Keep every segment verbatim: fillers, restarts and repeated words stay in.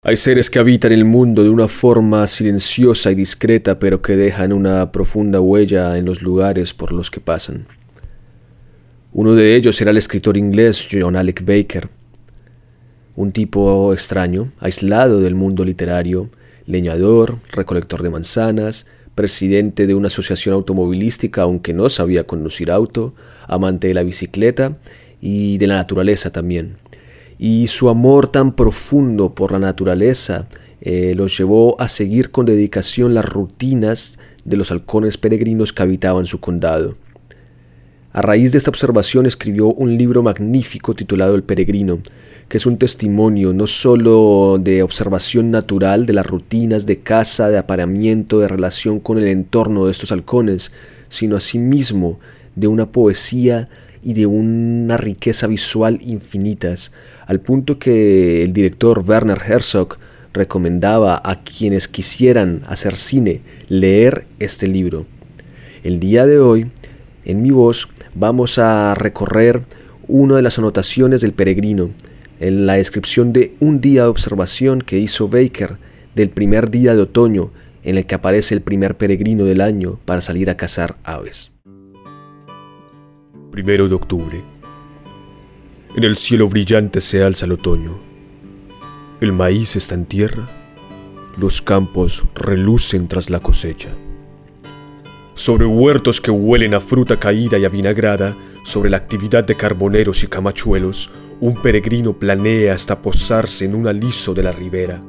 Hay seres que habitan el mundo de una forma silenciosa y discreta, pero que dejan una profunda huella en los lugares por los que pasan. Uno de ellos era el escritor inglés John Alec Baker, un tipo extraño, aislado del mundo literario, leñador, recolector de manzanas, presidente de una asociación automovilística aunque no sabía conducir auto, amante de la bicicleta y de la naturaleza también. Y su amor tan profundo por la naturaleza eh, los llevó a seguir con dedicación las rutinas de los halcones peregrinos que habitaban su condado. A raíz de esta observación escribió un libro magnífico titulado El Peregrino, que es un testimonio no solo de observación natural de las rutinas de caza, de apareamiento, de relación con el entorno de estos halcones, sino asimismo de una poesía y de una riqueza visual infinitas, al punto que el director Werner Herzog recomendaba a quienes quisieran hacer cine leer este libro. El día de hoy, en Mi Voz, vamos a recorrer una de las anotaciones del Peregrino, en la descripción de un día de observación que hizo Baker del primer día de otoño en el que aparece el primer peregrino del año para salir a cazar aves. Primero de octubre. En el cielo brillante se alza el otoño. El maíz está en tierra. Los campos relucen tras la cosecha. Sobre huertos que huelen a fruta caída y avinagrada, sobre la actividad de carboneros y camachuelos, un peregrino planea hasta posarse en un aliso de la ribera.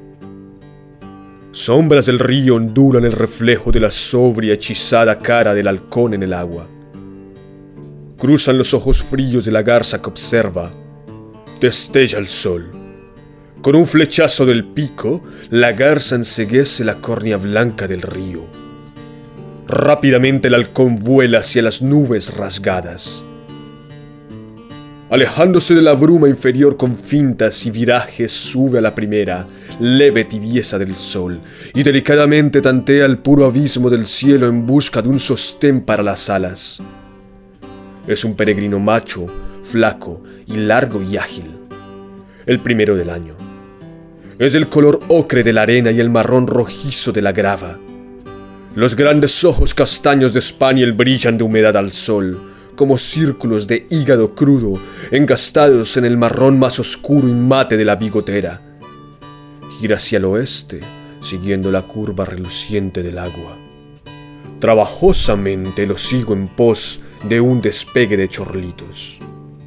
Sombras del río ondulan el reflejo de la sobria hechizada cara del halcón en el agua. Cruzan los ojos fríos de la garza que observa. Destella el sol. Con un flechazo del pico, la garza enceguece la córnea blanca del río. Rápidamente el halcón vuela hacia las nubes rasgadas. Alejándose de la bruma inferior con fintas y virajes, sube a la primera, leve tibieza del sol, y delicadamente tantea el puro abismo del cielo en busca de un sostén para las alas. Es un peregrino macho, flaco y largo y ágil. El primero del año. Es el color ocre de la arena y el marrón rojizo de la grava. Los grandes ojos castaños de Spaniel brillan de humedad al sol, como círculos de hígado crudo engastados en el marrón más oscuro y mate de la bigotera. Gira hacia el oeste, siguiendo la curva reluciente del agua. Trabajosamente lo sigo en pos de un despegue de chorlitos.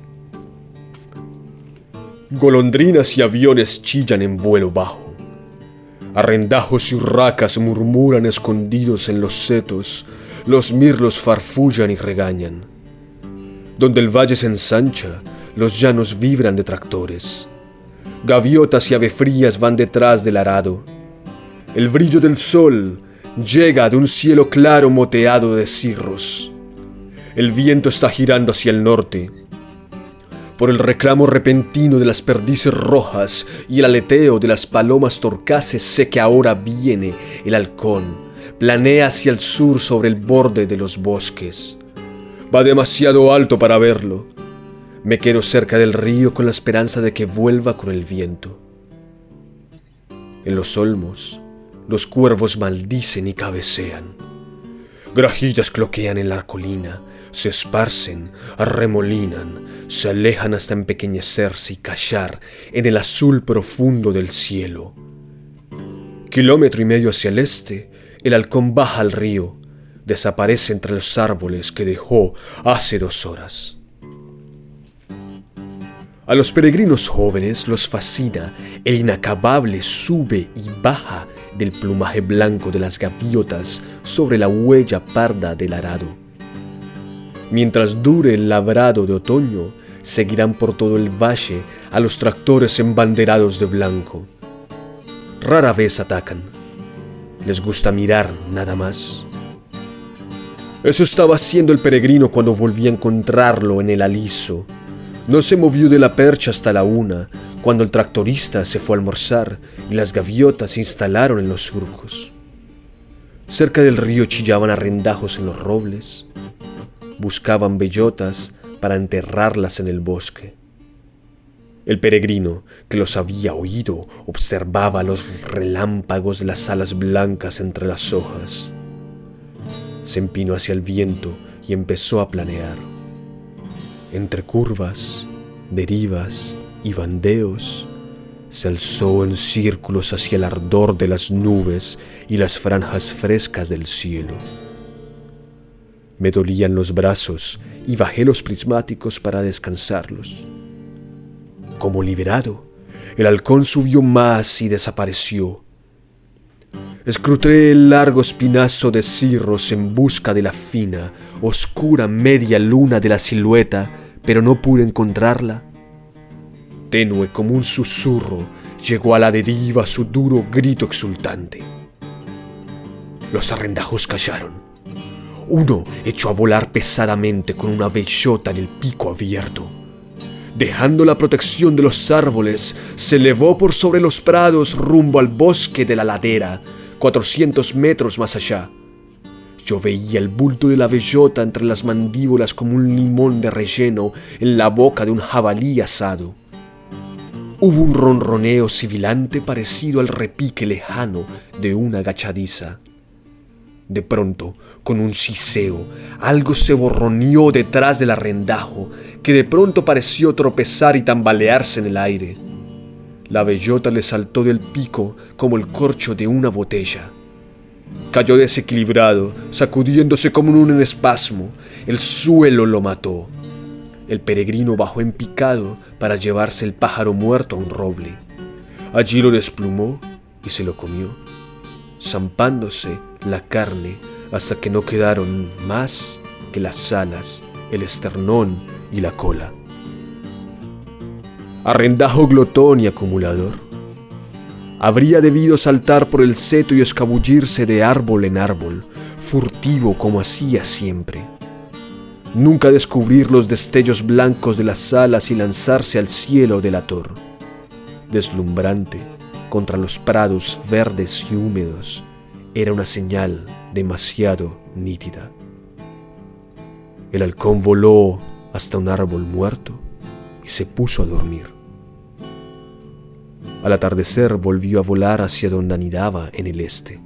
Golondrinas y aviones chillan en vuelo bajo. Arrendajos y urracas murmuran escondidos en los setos. Los mirlos farfullan y regañan. Donde el valle se ensancha, los llanos vibran de tractores. Gaviotas y avefrías van detrás del arado. El brillo del sol llega de un cielo claro moteado de cirros. El viento está girando hacia el norte. Por el reclamo repentino de las perdices rojas y el aleteo de las palomas torcaces sé que ahora viene el halcón. Planea hacia el sur sobre el borde de los bosques. Va demasiado alto para verlo. Me quedo cerca del río con la esperanza de que vuelva con el viento. En los olmos, los cuervos maldicen y cabecean. Grajillas cloquean en la colina, se esparcen, arremolinan, se alejan hasta empequeñecerse y callar en el azul profundo del cielo. Kilómetro y medio hacia el este, el halcón baja al río, desaparece entre los árboles que dejó hace dos horas. A los peregrinos jóvenes los fascina el inacabable sube y baja del plumaje blanco de las gaviotas sobre la huella parda del arado. Mientras dure el labrado de otoño, seguirán por todo el valle a los tractores embanderados de blanco. Rara vez atacan. Les gusta mirar nada más. Eso estaba haciendo el peregrino cuando volví a encontrarlo en el aliso. No se movió de la percha hasta la una, cuando el tractorista se fue a almorzar y las gaviotas se instalaron en los surcos. Cerca del río chillaban arrendajos en los robles. Buscaban bellotas para enterrarlas en el bosque. El peregrino, que los había oído, observaba los relámpagos de las alas blancas entre las hojas. Se empinó hacia el viento y empezó a planear. Entre curvas, derivas y bandeos, se alzó en círculos hacia el ardor de las nubes y las franjas frescas del cielo. Me dolían los brazos y bajé los prismáticos para descansarlos. Como liberado, el halcón subió más y desapareció. Escruté el largo espinazo de cirros en busca de la fina, oscura media luna de la silueta, pero no pude encontrarla. Tenue como un susurro, llegó a la deriva su duro grito exultante. Los arrendajos callaron. Uno echó a volar pesadamente con una bellota en el pico abierto. Dejando la protección de los árboles, se elevó por sobre los prados rumbo al bosque de la ladera, cuatrocientos metros más allá. Yo veía el bulto de la bellota entre las mandíbulas como un limón de relleno en la boca de un jabalí asado. Hubo un ronroneo sibilante parecido al repique lejano de una agachadiza. De pronto, con un siseo, algo se borroneó detrás del arrendajo, que de pronto pareció tropezar y tambalearse en el aire. La bellota le saltó del pico como el corcho de una botella. Cayó desequilibrado, sacudiéndose como en un espasmo. El suelo lo mató. El peregrino bajó en picado para llevarse el pájaro muerto a un roble. Allí lo desplumó y se lo comió, zampándose la carne hasta que no quedaron más que las alas, el esternón y la cola. Arrendajo glotón y acumulador. Habría debido saltar por el seto y escabullirse de árbol en árbol, furtivo como hacía siempre. Nunca descubrir los destellos blancos de las alas y lanzarse al cielo delator. Deslumbrante, contra los prados verdes y húmedos, era una señal demasiado nítida. El halcón voló hasta un árbol muerto y se puso a dormir. Al atardecer volvió a volar hacia donde anidaba en el este.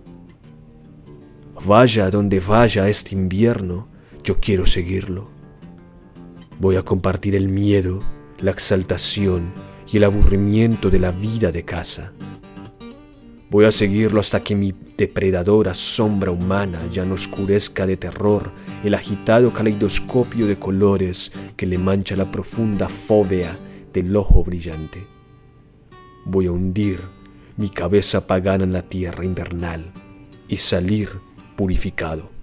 Vaya donde vaya este invierno, yo quiero seguirlo. Voy a compartir el miedo, la exaltación y el aburrimiento de la vida de caza. Voy a seguirlo hasta que mi depredadora sombra humana ya no oscurezca de terror el agitado caleidoscopio de colores que le mancha la profunda fóvea del ojo brillante. Voy a hundir mi cabeza pagana en la tierra invernal y salir purificado.